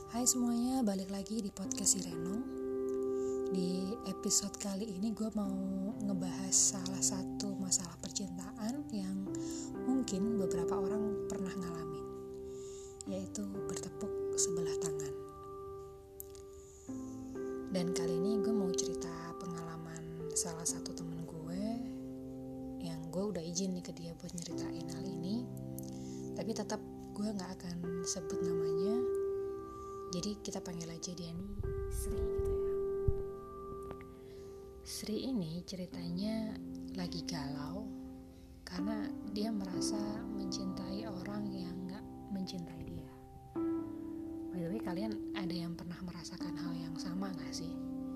Hai semuanya, balik lagi di podcast si Renong. Di episode kali ini gue mau ngebahas salah satu masalah percintaan yang mungkin beberapa orang pernah ngalamin, yaitu bertepuk sebelah tangan. Dan kali ini gue mau cerita pengalaman salah satu temen gue yang gue udah izin nih ke dia buat nyeritain hal ini, tapi tetap gue gak akan sebut namanya. Jadi kita panggil aja dia nih Sri gitu ya. Sri ini ceritanya lagi galau karena dia merasa mencintai orang yang gak mencintai dia. By the way, kalian ada yang pernah merasakan hal yang sama gak sih?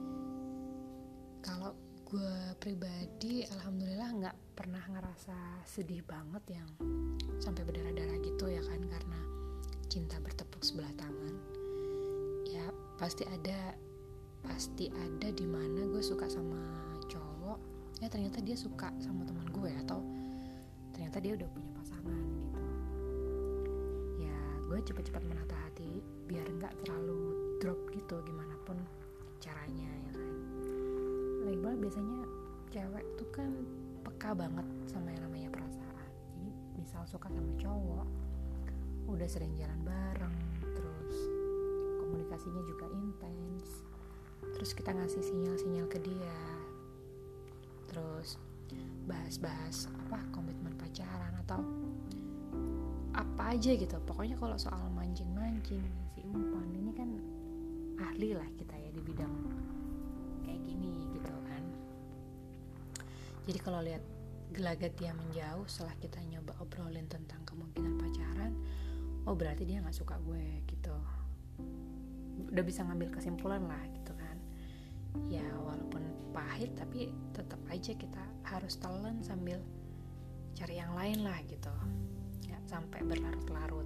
Kalau gue pribadi alhamdulillah gak pernah ngerasa sedih banget yang sampai berdarah-darah gitu ya kan, karena cinta bertepuk sebelah tangan. Ya pasti ada di mana gue suka sama cowok, ya ternyata dia suka sama teman gue, atau ternyata dia udah punya pasangan gitu. Ya gue cepat-cepat menata hati biar nggak terlalu drop gitu gimana pun caranya ya kan. Label biasanya cewek tuh kan peka banget sama yang namanya perasaan. Jadi misal suka sama cowok, udah sering jalan bareng, terus komunikasinya juga intens, terus kita ngasih sinyal-sinyal ke dia, terus bahas-bahas komitmen pacaran atau apa aja gitu. Pokoknya kalau soal mancing-mancing, si umpan ini kan ahli lah kita ya di bidang kayak gini gitu kan. Jadi kalau lihat gelagat dia menjauh setelah kita nyoba obrolin tentang kemungkinan pacaran, oh berarti dia gak suka gue gitu. Udah bisa ngambil kesimpulan lah gitu kan. Ya walaupun pahit tapi tetap aja kita harus telan sambil cari yang lain lah gitu ya, sampai berlarut-larut.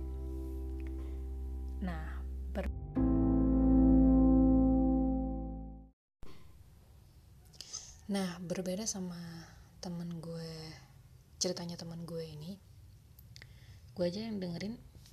Nah berbeda sama temen gue, ceritanya temen gue ini, gue aja yang dengerin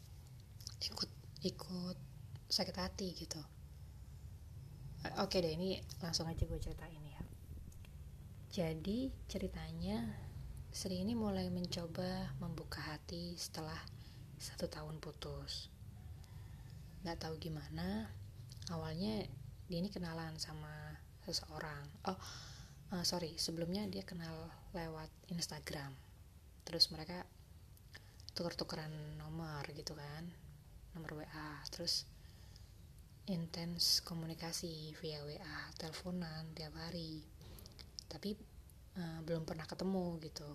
ikut sakit hati gitu. Oke deh, ini langsung aja gue ceritain ya. Jadi ceritanya Sri ini mulai mencoba membuka hati setelah 1 tahun putus. Gak tahu gimana, awalnya dia ini kenalan sama seseorang. Sebelumnya dia kenal lewat Instagram. Terus mereka tuker-tukeran nomor gitu kan, nomor WA. Terus intens komunikasi via WA, teleponan tiap hari, tapi belum pernah ketemu gitu.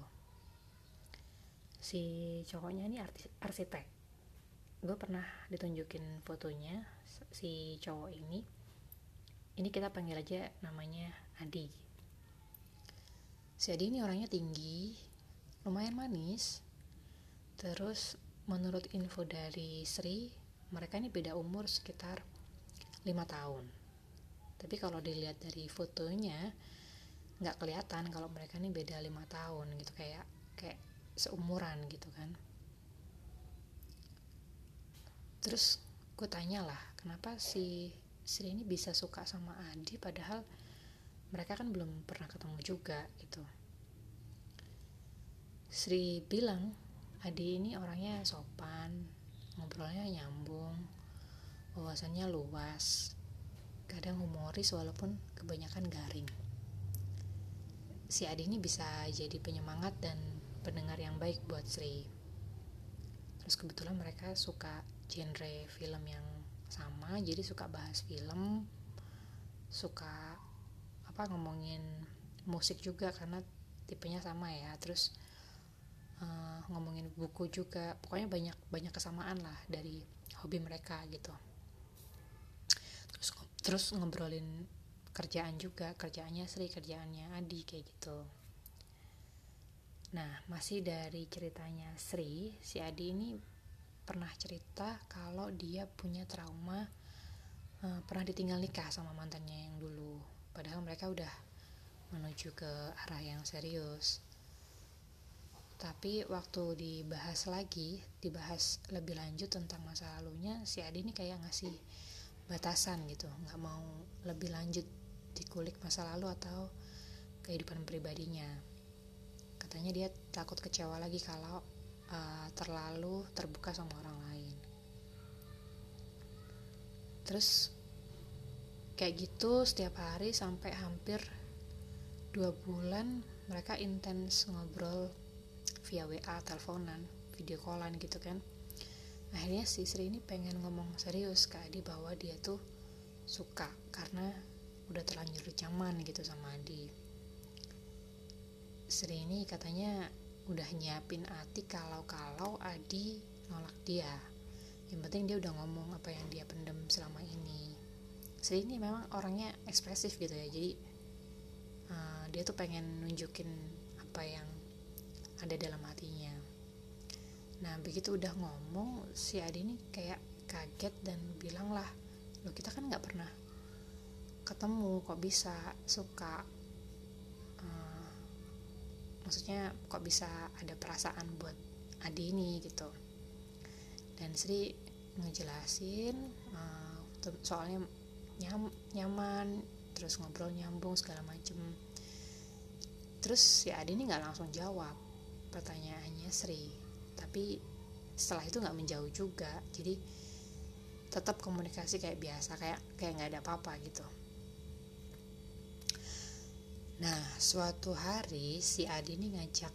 Si cowoknya ini arsitek. Gue pernah ditunjukin fotonya si cowok ini. Ini kita panggil aja namanya Adi. Si Adi ini orangnya tinggi, lumayan manis. Terus menurut info dari Sri, mereka ini beda umur sekitar 5 tahun. Tapi kalau dilihat dari fotonya nggak kelihatan kalau mereka ini beda 5 tahun gitu, kayak seumuran gitu kan. Terus gue tanya lah, kenapa si Sri ini bisa suka sama Adi padahal mereka kan belum pernah ketemu juga gitu. Sri bilang Adi ini orangnya sopan, ngobrolnya nyambung, wawasannya luas, kadang humoris walaupun kebanyakan garing. Si Adi ini bisa jadi penyemangat dan pendengar yang baik buat Sri. Terus kebetulan mereka suka genre film yang sama, jadi suka bahas film, suka ngomongin musik juga karena tipenya sama ya. Terus ngomongin buku juga. Pokoknya banyak kesamaan lah dari hobi mereka gitu. Terus ngobrolin kerjaan juga, kerjaannya Sri, kerjaannya Adi kayak gitu. Nah masih dari ceritanya Sri, si Adi ini pernah cerita kalau dia punya trauma, pernah ditinggal nikah sama mantannya yang dulu, padahal mereka udah menuju ke arah yang serius. Tapi waktu dibahas lebih lanjut tentang masa lalunya, si Adi ini kayak ngasih batasan gitu, nggak mau lebih lanjut dikulik masa lalu atau kehidupan pribadinya. Katanya dia takut kecewa lagi kalau terlalu terbuka sama orang lain. Terus kayak gitu setiap hari sampai hampir 2 bulan mereka intens ngobrol via WA, teleponan, video callan gitu kan. Akhirnya si Sri ini pengen ngomong serius ke Adi bahwa dia tuh suka karena udah terlanjur nyaman gitu sama Adi. Sri ini katanya udah nyiapin Ati kalau Adi nolak dia. Yang penting dia udah ngomong apa yang dia pendam selama ini. Sri ini memang orangnya ekspresif gitu ya, jadi dia tuh pengen nunjukin apa yang ada dalam hatinya. Nah begitu udah ngomong, si Adi ini kayak kaget dan bilang lah, loh kita kan gak pernah ketemu, kok bisa suka, maksudnya kok bisa ada perasaan buat Adi ini gitu. Dan Sri ngejelasin soalnya nyaman, terus ngobrol nyambung segala macem. Terus si Adi ini gak langsung jawab pertanyaannya Sri, tapi setelah itu nggak menjauh juga, jadi tetap komunikasi kayak biasa, kayak nggak ada apa-apa gitu. Nah suatu hari si Adi ini ngajak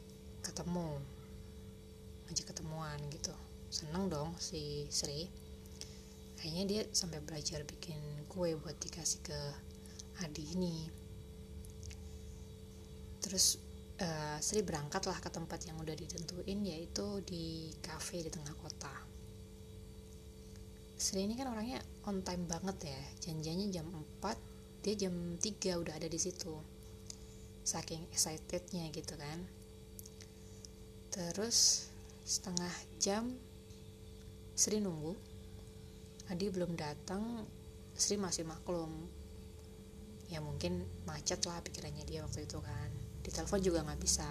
ketemuan gitu. Seneng dong si Sri, kayaknya dia sampai belajar bikin kue buat dikasih ke Adi ini. Terus Sri berangkatlah ke tempat yang udah ditentuin, yaitu di kafe di tengah kota. Sri ini kan orangnya on time banget ya, janjiannya jam 4, dia jam 3 udah ada di situ. Saking excitednya gitu kan. Terus setengah jam Sri nunggu, Adi belum datang. Sri masih maklum, ya mungkin macet lah pikirannya dia waktu itu kan. Di telepon juga nggak bisa.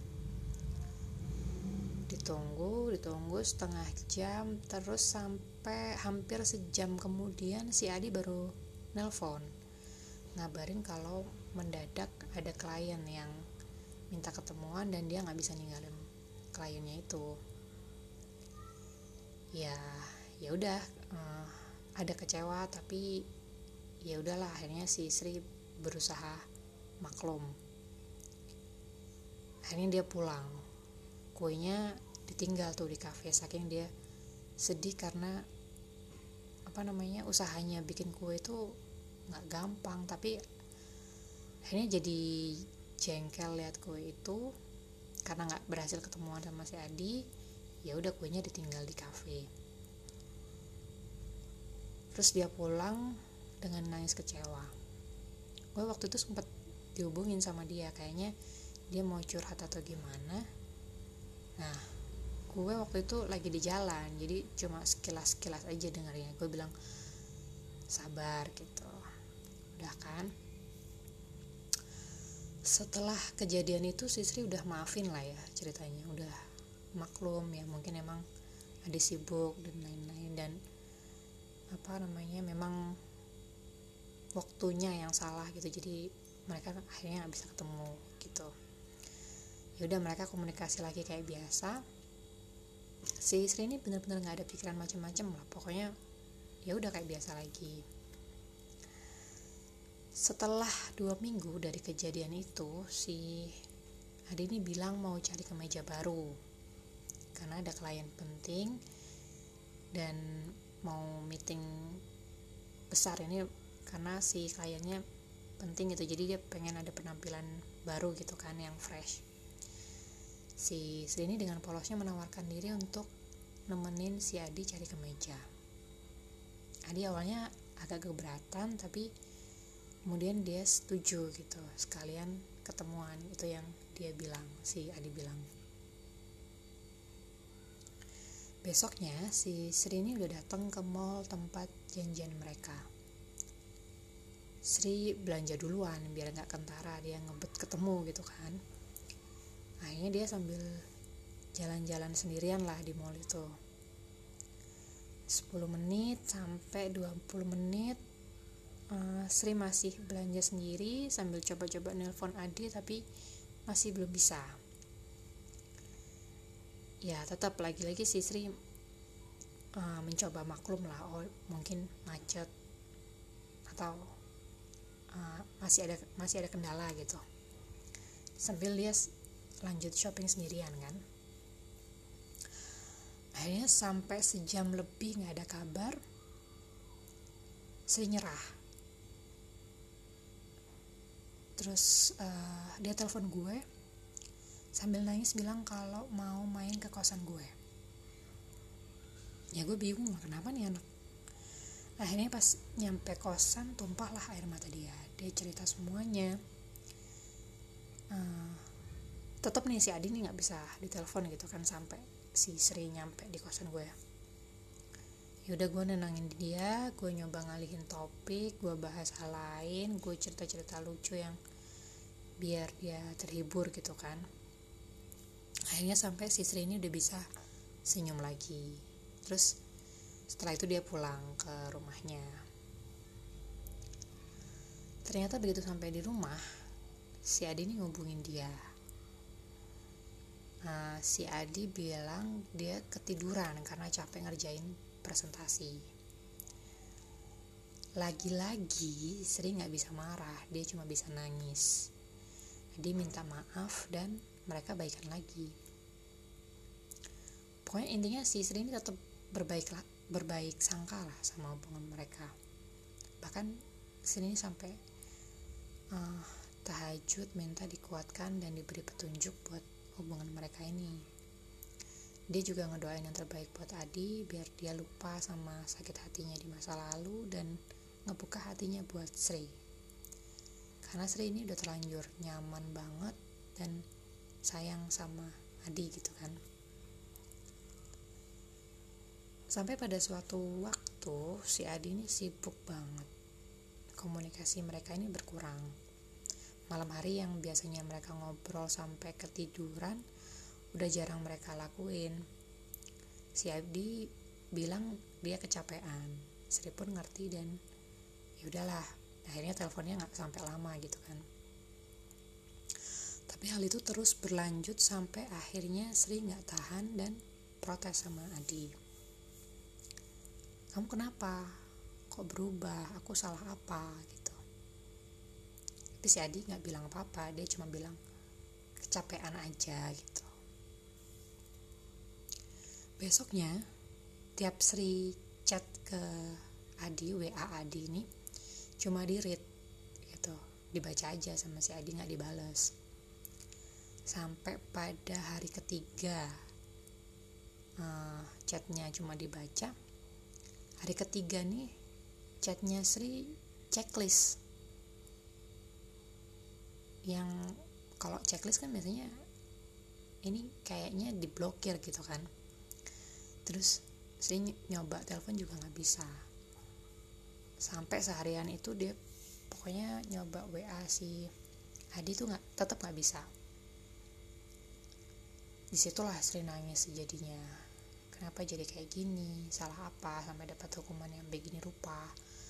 Ditunggu setengah jam, terus sampai hampir sejam kemudian si Adi baru nelpon ngabarin kalau mendadak ada klien yang minta ketemuan dan dia nggak bisa ninggalin kliennya itu. Ya udah, ada kecewa, tapi ya udahlah, akhirnya si Sri berusaha maklum. Akhirnya dia pulang, kuenya ditinggal tuh di kafe, saking dia sedih karena usahanya bikin kue itu nggak gampang. Tapi akhirnya jadi jengkel lihat kue itu karena nggak berhasil ketemuan sama si Adi. Ya udah, kuenya ditinggal di kafe. Terus dia pulang dengan nangis kecewa. Gue waktu itu sempat dihubungin sama dia, kayaknya dia mau curhat atau gimana. Nah gue waktu itu lagi di jalan, jadi cuma sekilas aja dengarnya. Gue bilang sabar gitu, udah kan. Setelah kejadian itu si Sri udah maafin lah ya ceritanya, udah maklum ya, mungkin emang ada sibuk dan lain-lain, dan memang waktunya yang salah gitu, jadi mereka akhirnya gak bisa ketemu gitu. Ya udah, mereka komunikasi lagi kayak biasa. Si Sri ini benar-benar nggak ada pikiran macam-macam lah, pokoknya ya udah kayak biasa lagi. Setelah 2 minggu dari kejadian itu, si Adi ini bilang mau cari kemeja baru karena ada klien penting dan mau meeting besar ini, karena si kliennya penting gitu, jadi dia pengen ada penampilan baru gitu kan, yang fresh. Si Sri ini dengan polosnya menawarkan diri untuk nemenin si Adi cari kemeja. Adi awalnya agak keberatan, tapi kemudian dia setuju gitu, sekalian ketemuan, itu yang dia bilang, si Adi bilang. Besoknya si Sri ini udah datang ke mall tempat janjian mereka. Sri belanja duluan biar gak kentara dia ngebet ketemu gitu kan. Akhirnya dia sambil jalan-jalan sendirian lah di mall itu. 10 menit sampai 20 menit Sri masih belanja sendiri sambil coba-coba nelpon Adi, tapi masih belum bisa. Ya tetap lagi-lagi si Sri mencoba maklum lah, mungkin macet atau masih ada kendala gitu, sambil dia lanjut shopping sendirian kan. Akhirnya sampai sejam lebih nggak ada kabar, Sri nyerah. Terus dia telepon gue sambil nangis bilang kalau mau main ke kosan gue. Ya gue bingung lah, kenapa nih anak. Akhirnya pas nyampe kosan tumpahlah air mata dia. Dia cerita semuanya. Tetap nih si Adi nih nggak bisa ditelepon gitu kan sampai si Sri nyampe di kosan gue. Yaudah gue nenangin dia, gue nyoba ngalihin topik, gue bahas hal lain, gue cerita-cerita lucu yang biar dia terhibur gitu kan. Akhirnya sampai si Sri ini udah bisa senyum lagi. Terus setelah itu dia pulang ke rumahnya. Ternyata begitu sampai di rumah, si Adi ini ngubungin dia. Si Adi bilang dia ketiduran karena capek ngerjain presentasi. Lagi-lagi Sri gak bisa marah, dia cuma bisa nangis. Dia minta maaf dan mereka baikan lagi. Pokoknya intinya si Sri ini tetap berbaik sangka lah sama hubungan mereka. Bahkan Sri ini sampai tahajud minta dikuatkan dan diberi petunjuk buat hubungan mereka ini. Dia juga ngedoain yang terbaik buat Adi biar dia lupa sama sakit hatinya di masa lalu dan ngebuka hatinya buat Sri. Karena Sri ini udah terlanjur nyaman banget dan sayang sama Adi gitu kan. Sampai pada suatu waktu si Adi ini sibuk banget. Komunikasi mereka ini berkurang. Malam hari yang biasanya mereka ngobrol sampai ketiduran udah jarang mereka lakuin. Si Adi bilang dia kecapean. Sri pun ngerti dan yaudahlah, akhirnya teleponnya nggak sampai lama gitu kan. Tapi hal itu terus berlanjut sampai akhirnya Sri nggak tahan dan protes sama Adi. Kamu kenapa? Kok berubah? Aku salah apa? Gitu. Tapi si Adi nggak bilang apa-apa, dia cuma bilang kecapean aja gitu. Besoknya tiap Sri chat ke Adi, WA Adi ini cuma di read gitu, dibaca aja sama si Adi, nggak dibales. Sampai pada hari ketiga chatnya cuma dibaca. Hari ketiga nih chatnya Sri checklist, yang kalau checklist kan biasanya ini kayaknya diblokir gitu kan. Terus Sri nyoba telepon juga gak bisa. Sampai seharian itu dia pokoknya nyoba WA si Adi tuh tetap gak bisa. Disitulah Sri nangis sejadinya. Kenapa jadi kayak gini? Salah apa sampai dapat hukuman yang begini rupa?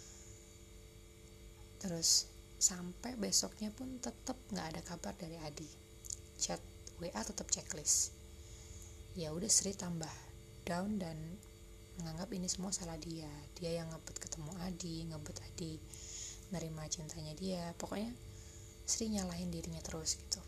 Terus sampai besoknya pun tetap gak ada kabar dari Adi. Chat WA tetap checklist. Ya udah Sri tambah down dan menganggap ini semua salah dia yang ngebut ketemu Adi, ngebut Adi nerima cintanya dia. Pokoknya Sri nyalahin dirinya terus gitu.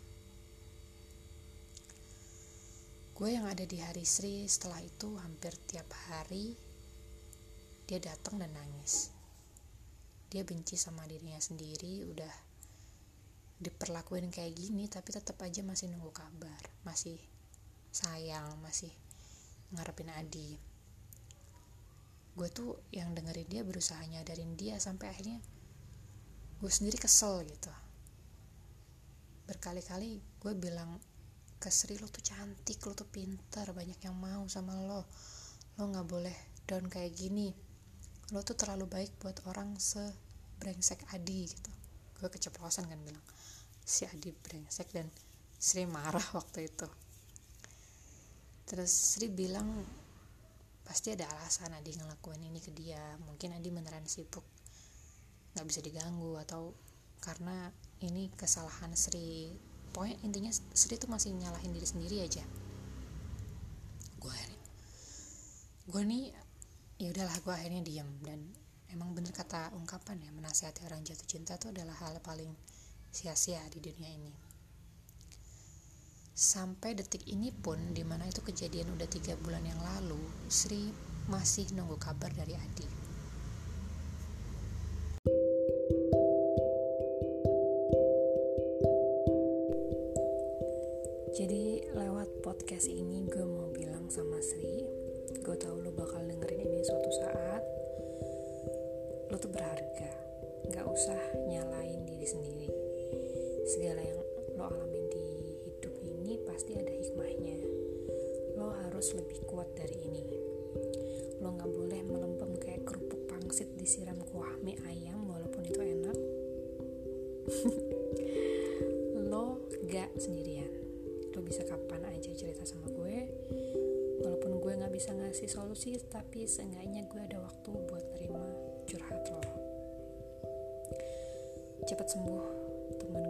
Gue yang ada di hari Sri setelah itu hampir tiap hari dia datang dan nangis. Dia benci sama dirinya sendiri, udah diperlakuin kayak gini tapi tetap aja masih nunggu kabar, masih sayang, masih ngarepin Adi. Gue tuh yang dengerin dia, berusaha nyadarin dia, sampai akhirnya gue sendiri kesel gitu. Berkali-kali gue bilang ke Sri, lo tuh cantik, lo tuh pintar, banyak yang mau sama lo gak boleh down kayak gini, lo tuh terlalu baik buat orang sebrengsek Adi gitu. Gue keceplosan kan bilang si Adi brengsek dan Sri marah waktu itu. Terus Sri bilang pasti ada alasan Adi ngelakuin ini ke dia. Mungkin Adi beneran sibuk, gak bisa diganggu, atau karena ini kesalahan Sri. Pokoknya intinya Sri tuh masih nyalahin diri sendiri aja. Gue nih ya udahlah, gue akhirnya diam. Dan emang bener kata ungkapan ya, menasihati orang jatuh cinta tuh adalah hal paling sia-sia di dunia ini. Sampai detik ini pun, dimana itu kejadian udah 3 bulan yang lalu, Sri masih nunggu kabar dari Adi. Jadi lewat podcast ini gue mau bilang sama Sri, gue tahu lo bakal dengerin ini suatu saat. Lo tuh berharga, gak usah nyalain diri sendiri. Segala yang lo alamin di hidup ini pasti ada hikmahnya. Lo harus lebih kuat dari ini. Lo gak boleh melempem kayak kerupuk pangsit disiram kuah mie ayam walaupun itu enak. Lo gak sendirian. Lo bisa kapan aja cerita sama gue. Walaupun gue gak bisa ngasih solusi, tapi seenggaknya gue ada waktu buat nerima curhat lo. Cepat sembuh teman